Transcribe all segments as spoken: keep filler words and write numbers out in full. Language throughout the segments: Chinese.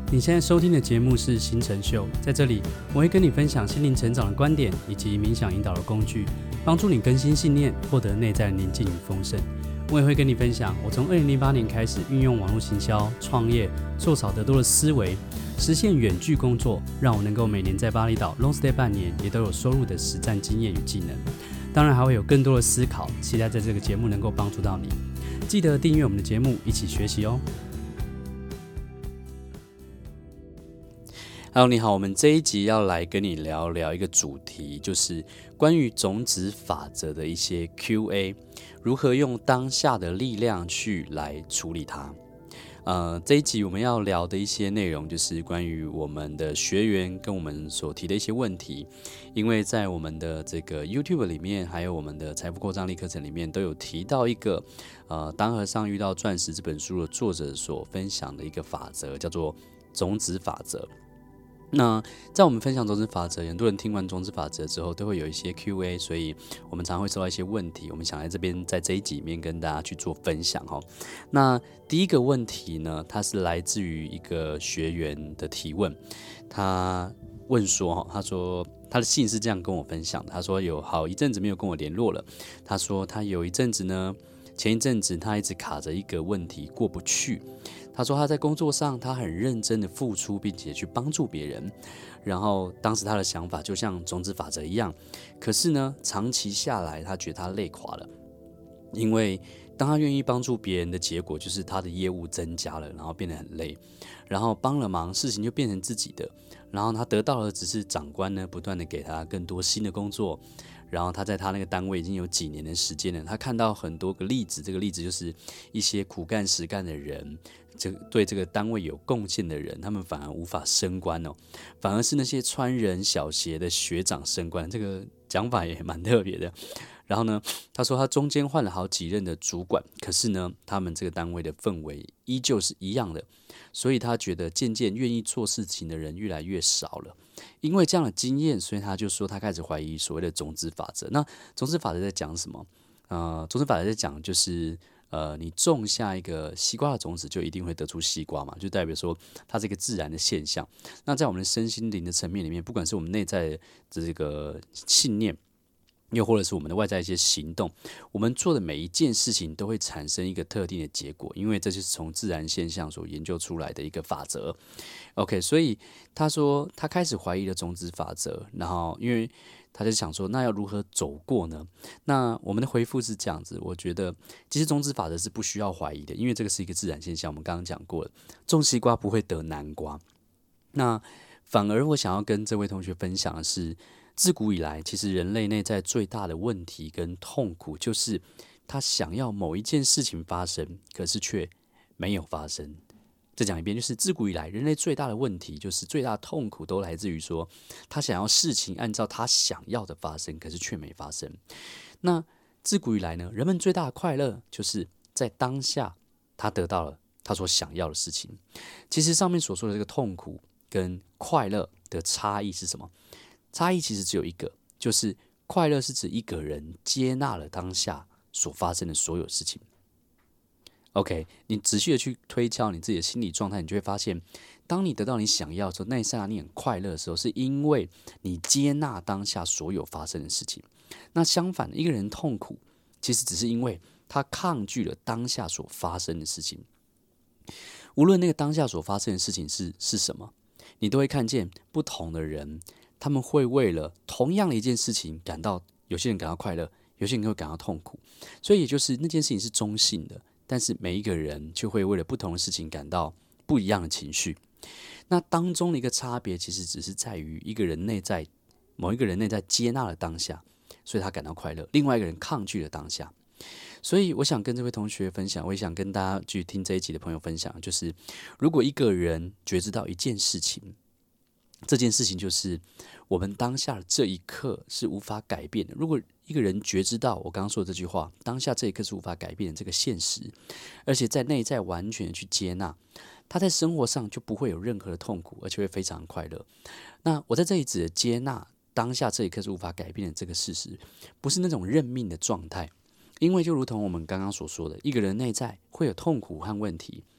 你现在收听的节目是星辰秀，在这里我会跟你分享心灵成长的观点以及冥想引导的工具，帮助你更新信念，获得内在的宁静与丰盛。我也会跟你分享我从二零零八年开始运用网络行销、创业，做少得多的思维，实现远距工作，让我能够每年在巴厘岛 long stay 半年，也都有收入的实战经验与技能。当然还会有更多的思考，期待在这个节目能够帮助到你。记得订阅我们的节目，一起学习哦。Hello， 你好，我们这一集要来跟你聊聊一个主题，就是关于种子法则的一些 Q A， 如何用当下的力量去来处理它。呃，这一集我们要聊的一些内容，就是关于我们的学员跟我们所提的一些问题，因为在我们的这个 YouTube 里面，还有我们的财富扩张力课程里面，都有提到一个呃，当和尚遇到钻石这本书的作者所分享的一个法则，叫做种子法则。那在我们分享种子法则，很多人听完种子法则之后都会有一些 Q A， 所以我们常常会收到一些问题，我们想在这边在这一集里面跟大家去做分享哦。那第一个问题呢，它是来自于一个学员的提问，他问说，他说他的信是这样跟我分享的，他说有好一阵子没有跟我联络了，他说他有一阵子呢，前一阵子他一直卡着一个问题过不去。他说他在工作上，他很认真的付出，并且去帮助别人。然后当时他的想法就像种子法则一样，可是呢，长期下来，他觉得他累垮了，因为当他愿意帮助别人的结果，就是他的业务增加了，然后变得很累，然后帮了忙，事情就变成自己的，然后他得到的只是长官呢不断的给他更多新的工作。然后他在他那个单位已经有几年的时间了，他看到很多个例子，这个例子就是一些苦干实干的人，这对这个单位有贡献的人，他们反而无法升官哦，反而是那些穿人小鞋的学长升官，这个讲法也蛮特别的。然后呢，他说他中间换了好几任的主管，可是呢，他们这个单位的氛围依旧是一样的，所以他觉得渐渐愿意做事情的人越来越少了。因为这样的经验，所以他就说他开始怀疑所谓的种子法则。那种子法则在讲什么？呃，种子法则在讲就是呃，你种下一个西瓜的种子，就一定会得出西瓜嘛，就代表说它是一个自然的现象。那在我们的身心灵的层面里面，不管是我们内在的这个信念，又或者是我们的外在一些行动，我们做的每一件事情都会产生一个特定的结果，因为这就是从自然现象所研究出来的一个法则。OK， 所以他说他开始怀疑了种子法则，然后因为他就想说，那要如何走过呢？那我们的回复是这样子，我觉得其实种子法则是不需要怀疑的，因为这个是一个自然现象，我们刚刚讲过了，种西瓜不会得南瓜。那反而我想要跟这位同学分享的是，自古以来，其实人类内在最大的问题跟痛苦，就是他想要某一件事情发生，可是却没有发生。再讲一遍，就是自古以来，人类最大的问题，就是最大的痛苦，都来自于说，他想要事情按照他想要的发生，可是却没发生。那自古以来呢，人们最大的快乐，就是在当下，他得到了他所想要的事情。其实上面所说的这个痛苦跟快乐的差异是什么？差异其实只有一个，就是快乐是指一个人接纳了当下所发生的所有事情。OK， 你仔细的去推敲你自己的心理状态，你就会发现，当你得到你想要的时候，那一刹那你很快乐的时候，是因为你接纳当下所有发生的事情。那相反，一个人痛苦，其实只是因为他抗拒了当下所发生的事情。无论那个当下所发生的事情是是什么，你都会看见不同的人，他们会为了同样的一件事情感到，有些人感到快乐，有些人会感到痛苦。所以也就是那件事情是中性的。但是每一个人却会为了不同的事情感到不一样的情绪。那当中的一个差别，其实只是在于一个人内在某一个人内在接纳了当下，所以他感到快乐；另外一个人抗拒了当下。所以我想跟这位同学分享，我也想跟大家去听这一集的朋友分享，就是如果一个人觉知到一件事情，这件事情就是我们当下的这一刻是无法改变的。如果一个人觉知到我刚刚说的这句话，当下这一刻是无法改变的这个现实，而且在内在完全的去接纳，他在生活上就不会有任何的痛苦，而且会非常快乐。那我在这里指的接纳当下这一刻是无法改变的这个事实，不是那种认命的状态，因为就如同我们刚刚所说的，一个人内在会有痛苦和问题，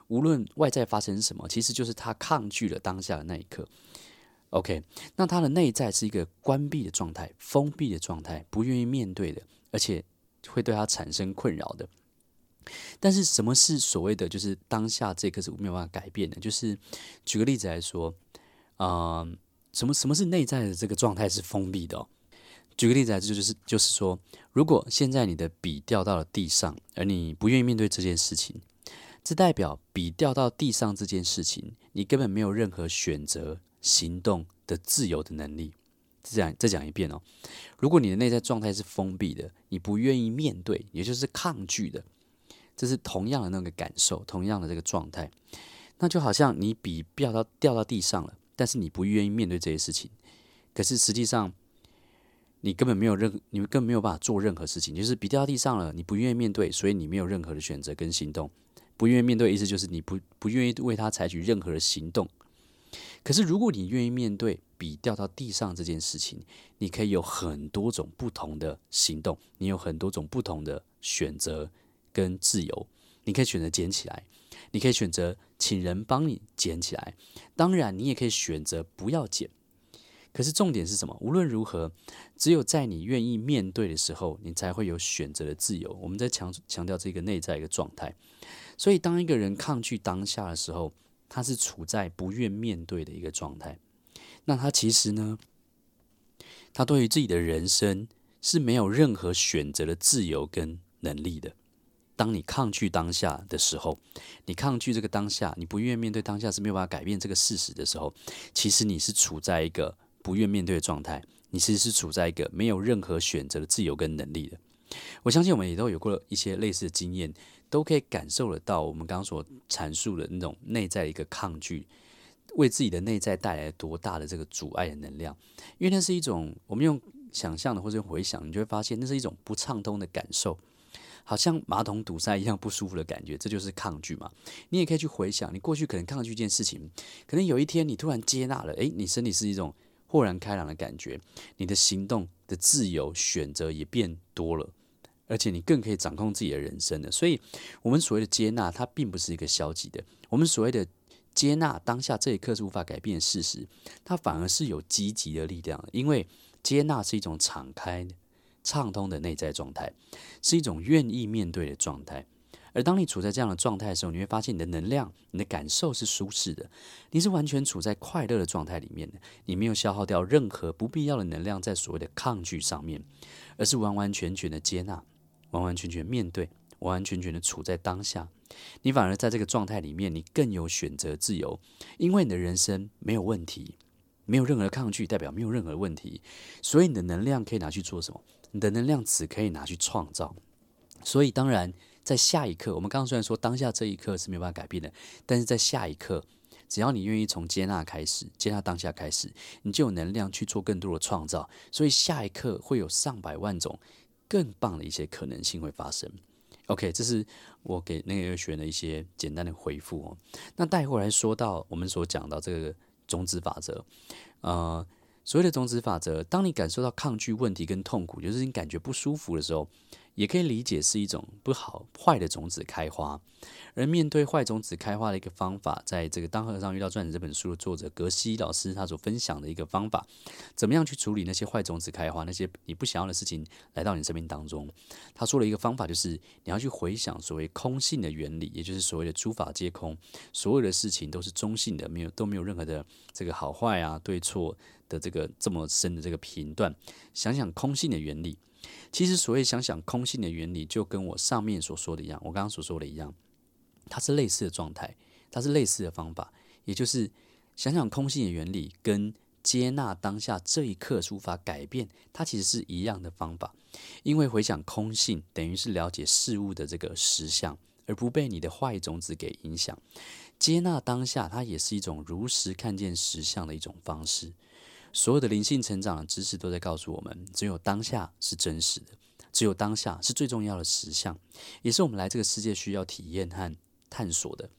无论外在发生什么，其实就是他抗拒了当下的那一刻。OK，那他的内在是一个关闭的状态、封闭的状态，不愿意面对的，而且会对他产生困扰的。但是什么是所谓的就是当下这一刻是没有办法改变的？就是举个例子来说，啊、什么什么是内在的这个状态是封闭的哦？举个例子来说，就是就是说，如果现在你的笔掉到了地上，而你不愿意面对这件事情，这代表笔掉到地上这件事情，你根本没有任何选择行动的自由的能力。再讲再讲一遍哦，如果你的内在状态是封闭的，你不愿意面对，也就是抗拒的，这是同样的那个感受，同样的这个状态，那就好像你笔掉到掉到地上了，但是你不愿意面对这些事情，可是实际上你根本没有任，你根本没有办法做任何事情，就是笔掉到地上了，你不愿意面对，所以你没有任何的选择跟行动。不愿意面对的意思就是你不不愿意为他采取任何的行动。可是如果你愿意面对笔掉到地上这件事情，你可以有很多种不同的行动，你有很多种不同的选择跟自由。你可以选择捡起来，你可以选择请人帮你捡起来，当然你也可以选择不要捡。可是重点是什么？无论如何，只有在你愿意面对的时候，你才会有选择的自由。我们在强强调这个内在一个状态。所以，当一个人抗拒当下的时候，他是处在不愿面对的一个状态。那他其实呢，他对于自己的人生是没有任何选择的自由跟能力的。当你抗拒当下的时候，你抗拒这个当下，你不愿面对当下是没有办法改变这个事实的时候，其实你是处在一个不愿面对的状态，你其实是处在一个没有任何选择的自由跟能力的。我相信我们也都有过一些类似的经验，都可以感受得到我们刚刚所阐述的那种内在的一个抗拒，为自己的内在带来多大的这个阻碍的能量。因为那是一种我们用想象的或者回想，你就会发现那是一种不畅通的感受，好像马桶堵塞一样不舒服的感觉，这就是抗拒嘛。你也可以去回想，你过去可能抗拒一件事情，可能有一天你突然接纳了，诶，你身体是一种豁然开朗的感觉，你的行动的自由选择也变多了，而且你更可以掌控自己的人生了。所以，我们所谓的接纳，它并不是一个消极的。我们所谓的接纳当下这一刻是无法改变的事实，它反而是有积极的力量的，因为接纳是一种敞开、畅通的内在状态，是一种愿意面对的状态。而当你处在这样的状态的时候，你会发现你的能量、你的感受是舒适的，你是完全处在快乐的状态里面的，你没有消耗掉任何不必要的能量在所谓的抗拒上面，而是完完全全的接纳，完完全全面对，完完全全的处在当下。你反而在这个状态里面，你更有选择自由，因为你的人生没有问题，没有任何的抗拒，代表没有任何的问题，所以你的能量可以拿去做什么？你的能量只可以拿去创造。所以当然在下一刻，我们刚刚虽然说当下这一刻是没有办法改变的，但是在下一刻，只要你愿意从接纳开始，接纳当下开始，你就有能量去做更多的创造。所以下一刻会有上百万种更棒的一些可能性会发生。OK， 这是我给那个学员的一些简单的回复哦。那待会儿来说到我们所讲到这个种子法则，呃，所谓的种子法则，当你感受到抗拒、问题跟痛苦，就是你感觉不舒服的时候，也可以理解是一种不好、坏的种子开花。而面对坏种子开花的一个方法，在这个《当和尚遇到钻石》这本书的作者格西老师他所分享的一个方法，怎么样去处理那些坏种子开花，那些你不想要的事情来到你生命当中。他说了一个方法，就是你要去回想所谓空性的原理，也就是所谓的诸法皆空，所有的事情都是中性的，没有都没有任何的这个好坏啊、对错的这个这么深的这个评断。想想空性的原理。其实所谓想想空性的原理，就跟我上面所说的一样，我刚刚所说的一样，它是类似的状态，它是类似的方法，也就是想想空性的原理跟接纳当下这一刻是无法改变，它其实是一样的方法。因为回想空性，等于是了解事物的这个实相，而不被你的坏种子给影响。接纳当下，它也是一种如实看见实相的一种方式。所有的灵性成长的知识都在告诉我们，只有当下是真实的，只有当下是最重要的实相，也是我们来这个世界需要体验和探索的。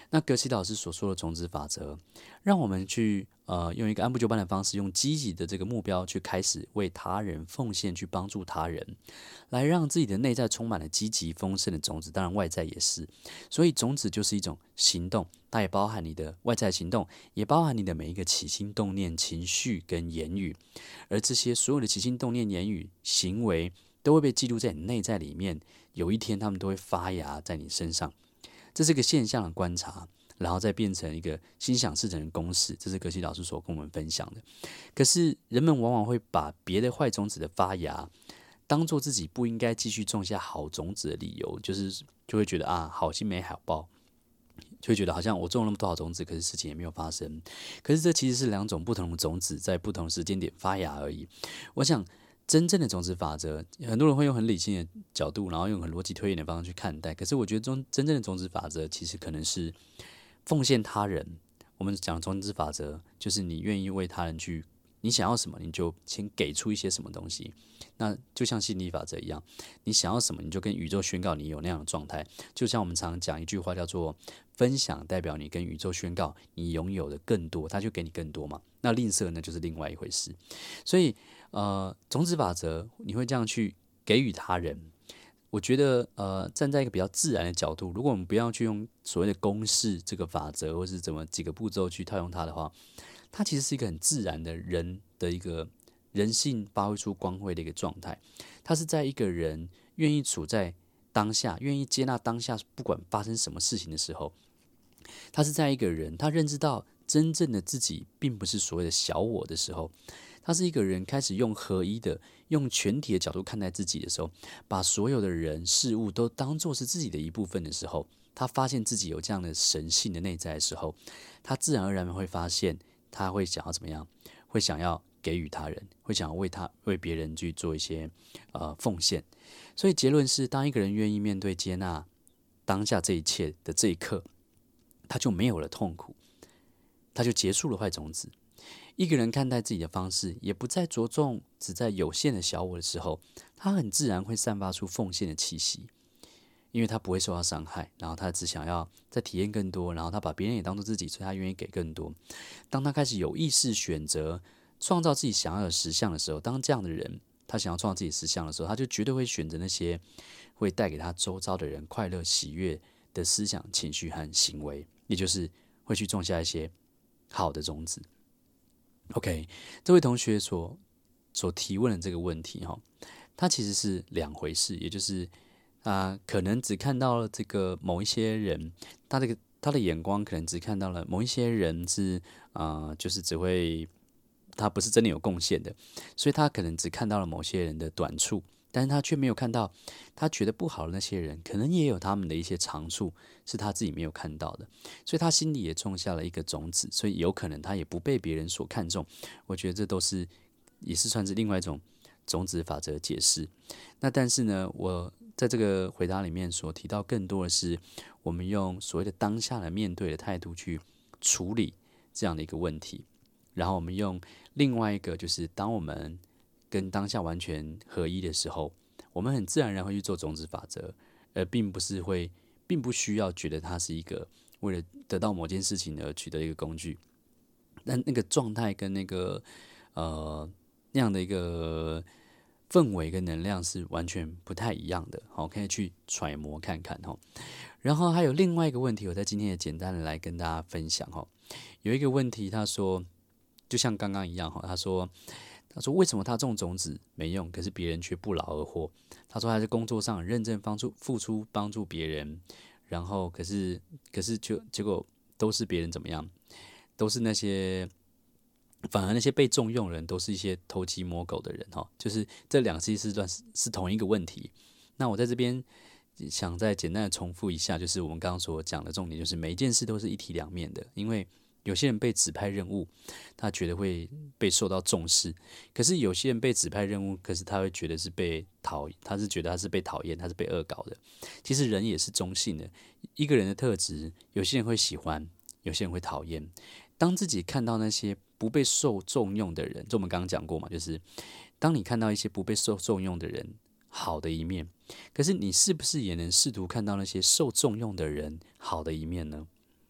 那格西老师所说的种子法则，让我们去呃用一个按部就班的方式，用积极的这个目标去开始为他人奉献，去帮助他人，来让自己的内在充满了积极丰盛的种子，当然外在也是。所以种子就是一种行动，它也包含你的外在行动，也包含你的每一个起心动念、情绪跟言语，而这些所有的起心动念、言语、行为，都会被记录在你内在里面，有一天他们都会发芽在你身上。这是一个现象的观察，然后再变成一个心想事成的公式，这是格西老师所跟我们分享的。可是人们往往会把别的坏种子的发芽，当做自己不应该继续种下好种子的理由，就是就会觉得啊，好心没好报，就会觉得好像我种了那么多好种子，可是事情也没有发生。可是这其实是两种不同的种子在不同时间点发芽而已。我想真正的种子法则，很多人会用很理性的角度，然后用很逻辑推演的方式去看待。可是我觉得中真正的种子法则，其实可能是奉献他人。我们讲种子法则，就是你愿意为他人去，你想要什么，你就先给出一些什么东西。那就像吸引力法则一样，你想要什么，你就跟宇宙宣告你有那样的状态。就像我们常常讲一句话叫做“分享”，代表你跟宇宙宣告你拥有的更多，他就给你更多嘛。那吝啬呢，就是另外一回事。所以，呃，种子法则，你会这样去给予他人。我觉得，呃，站在一个比较自然的角度，如果我们不要去用所谓的公式这个法则，或是怎么几个步骤去套用它的话，它其实是一个很自然的人的一个人性发挥出光辉的一个状态。它是在一个人愿意处在当下，愿意接纳当下，不管发生什么事情的时候，他是在一个人他认知到真正的自己并不是所谓的小我的时候，他是一个人开始用合一的、用全体的角度看待自己的时候，把所有的人事物都当作是自己的一部分的时候，他发现自己有这样的神性的内在的时候，他自然而然会发现，他会想要怎么样？会想要给予他人，会想要为他为别人去做一些呃奉献。所以结论是，当一个人愿意面对接纳当下这一切的这一刻，他就没有了痛苦，他就结束了坏种子。一个人看待自己的方式，也不再着重只在有限的小我的时候，他很自然会散发出奉献的气息，因为他不会受到伤害，然后他只想要再体验更多，然后他把别人也当做自己，所以他愿意给更多。当他开始有意识选择创造自己想要的实相的时候，当这样的人他想要创造自己实相的时候，他就绝对会选择那些会带给他周遭的人快乐、喜悦的思想、情绪和行为，也就是会去种下一些好的种子。OK，这位同学所所提问的这个问题哈，它其实是两回事，也就是他可能只看到了这个某一些人，他这个他的眼光可能只看到了某一些人是啊、呃就是只会他不是真的有贡献的，所以他可能只看到了某些人的短处，但是他却没有看到他觉得不好的那些人，可能也有他们的一些长处是他自己没有看到的，所以他心里也种下了一个种子，所以有可能他也不被别人所看重。我觉得这都是也是算是另外一种种子法则的解释。那但是呢，我在这个回答里面所提到更多的是，我们用所谓的当下的面对的态度去处理这样的一个问题，然后我们用另外一个就是当我们跟当下完全合一的时候，我们很自然而然会去做种子法则，而并不是会，并不需要觉得它是一个为了得到某件事情而取得一个工具。但那个状态跟那个呃那样的一个氛围跟能量是完全不太一样的，好，可以去揣摩看看哈。然后还有另外一个问题，我在今天也简单的来跟大家分享哈。有一个问题，他说，就像刚刚一样哈，他说，他说为什么他种种子没用，可是别人却不劳而获？他说他在工作上很认真帮助付出帮助别人，然后可是可是就结果都是别人怎么样？都是那些，反而那些被重用的人都是一些偷鸡摸狗的人哈，就是这两其实是是同一个问题。那我在这边想再简单的重复一下，就是我们刚刚所讲的重点，就是每一件事都是一体两面的。因为有些人被指派任务，他觉得会被受到重视；可是有些人被指派任务，可是他会觉得是被讨，他是觉得他是被讨厌，他是被恶搞的。其实人也是中性的，一个人的特质，有些人会喜欢，有些人会讨厌。当自己看到那些不被受重用的人，就我们刚刚讲过嘛，就是当你看到一些不被受重用的人好的一面，可是你是不是也能试图看到那些受重用的人好的一面呢？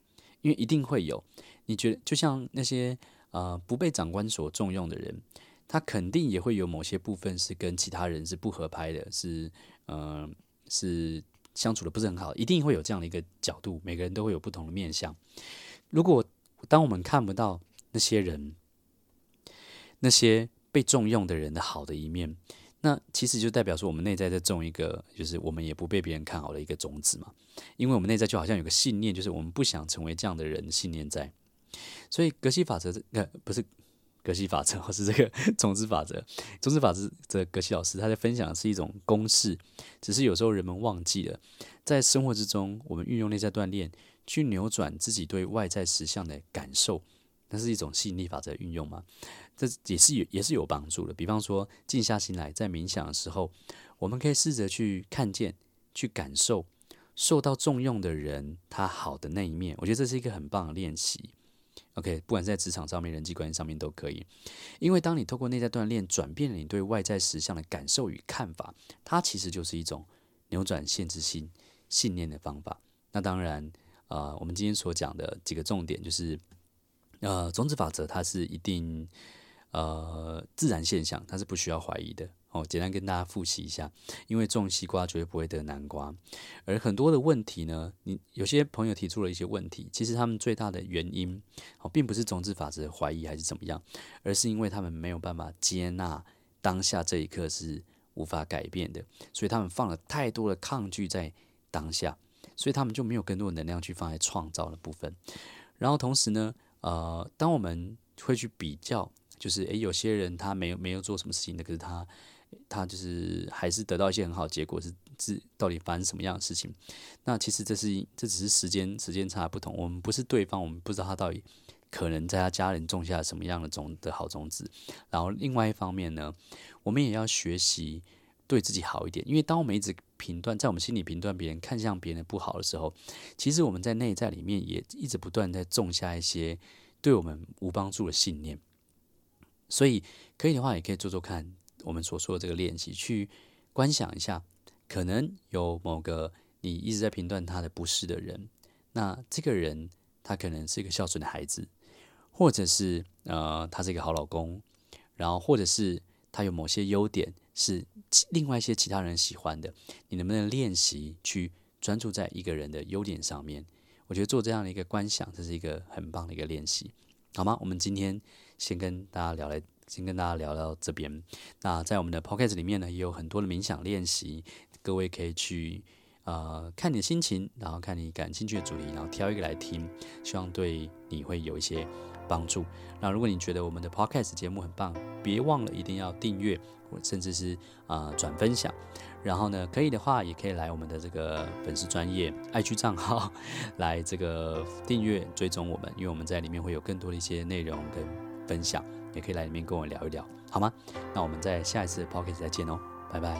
因为一定会有。你觉得就像那些呃不被长官所重用的人，他肯定也会有某些部分是跟其他人是不合拍的，是呃是相处的不是很好，一定会有这样的一个角度，每个人都会有不同的面向。如果当我们看不到那些人，那些被重用的人的好的一面，那其实就代表说我们内在在种一个，就是我们也不被别人看好的一个种子嘛。因为我们内在就好像有个信念，就是我们不想成为这样的人的信念在。所以格西法则，呃，不是格西法则，而是这个种子法则。种子法则的格西老师他在分享的是一种公式，只是有时候人们忘记了，在生活之中，我们运用内在锻炼去扭转自己对外在实相的感受，那是一种吸引力法则的运用嘛？这也是有也是有帮助的。比方说，静下心来，在冥想的时候，我们可以试着去看见、去感受受到重用的人他好的那一面。我觉得这是一个很棒的练习。OK， 不管是在职场上面、人际关系上面都可以。因为当你透过内在锻炼，转变了你对外在实相的感受与看法，它其实就是一种扭转限制性信念的方法。那当然，呃，我们今天所讲的几个重点就是，呃，种子法则它是一定。呃，自然现象，它是不需要怀疑的哦。简单跟大家复习一下，因为种西瓜绝对不会得南瓜，而很多的问题呢，你有些朋友提出了一些问题，其实他们最大的原因哦，并不是种子法则的怀疑还是怎么样，而是因为他们没有办法接纳当下这一刻是无法改变的，所以他们放了太多的抗拒在当下，所以他们就没有更多的能量去放在创造的部分。然后同时呢，呃，当我们会去比较。就是诶，有些人他没有没有做什么事情的，可是他他就是还是得到一些很好的结果，是是到底发生什么样的事情？那其实这是这只是时间时间差不同，我们不是对方，我们不知道他到底可能在他家人种下什么样的种的好种子。然后另外一方面呢，我们也要学习对自己好一点，因为当我们一直评断，在我们心里评断别人、看向别人的不好的时候，其实我们在内在里面也一直不断在种下一些对我们无帮助的信念。所以可以的话，也可以做做看我们所说的这个练习，去观想一下，可能有某个你一直在评断他的不是的人，那这个人他可能是一个孝顺的孩子，或者是呃他是一个好老公，然后或者是他有某些优点是另外一些其他人喜欢的，你能不能练习去专注在一个人的优点上面？我觉得做这样的一个观想，这是一个很棒的一个练习，好吗？我们今天先跟大家聊来，先跟大家聊到这边。那在我们的 podcast 里面呢，也有很多的冥想练习，各位可以去呃看你的心情，然后看你感兴趣的主题，然后挑一个来听，希望对你会有一些帮助。那如果你觉得我们的 podcast 节目很棒，别忘了一定要订阅，甚至是啊、呃、转分享。然后呢，可以的话也可以来我们的这个粉丝专页 I G 账号来这个订阅追踪我们，因为我们在里面会有更多的一些内容跟分享，也可以来里面跟我聊一聊，好吗？那我们在下一次的 podcast 再见哦，拜拜。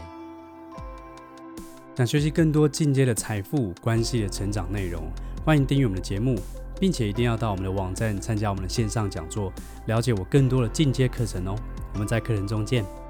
想学习更多进阶的财富关系的成长内容，欢迎订阅我们的节目，并且一定要到我们的网站参加我们的线上讲座，了解我更多的进阶课程哦。我们在课程中见。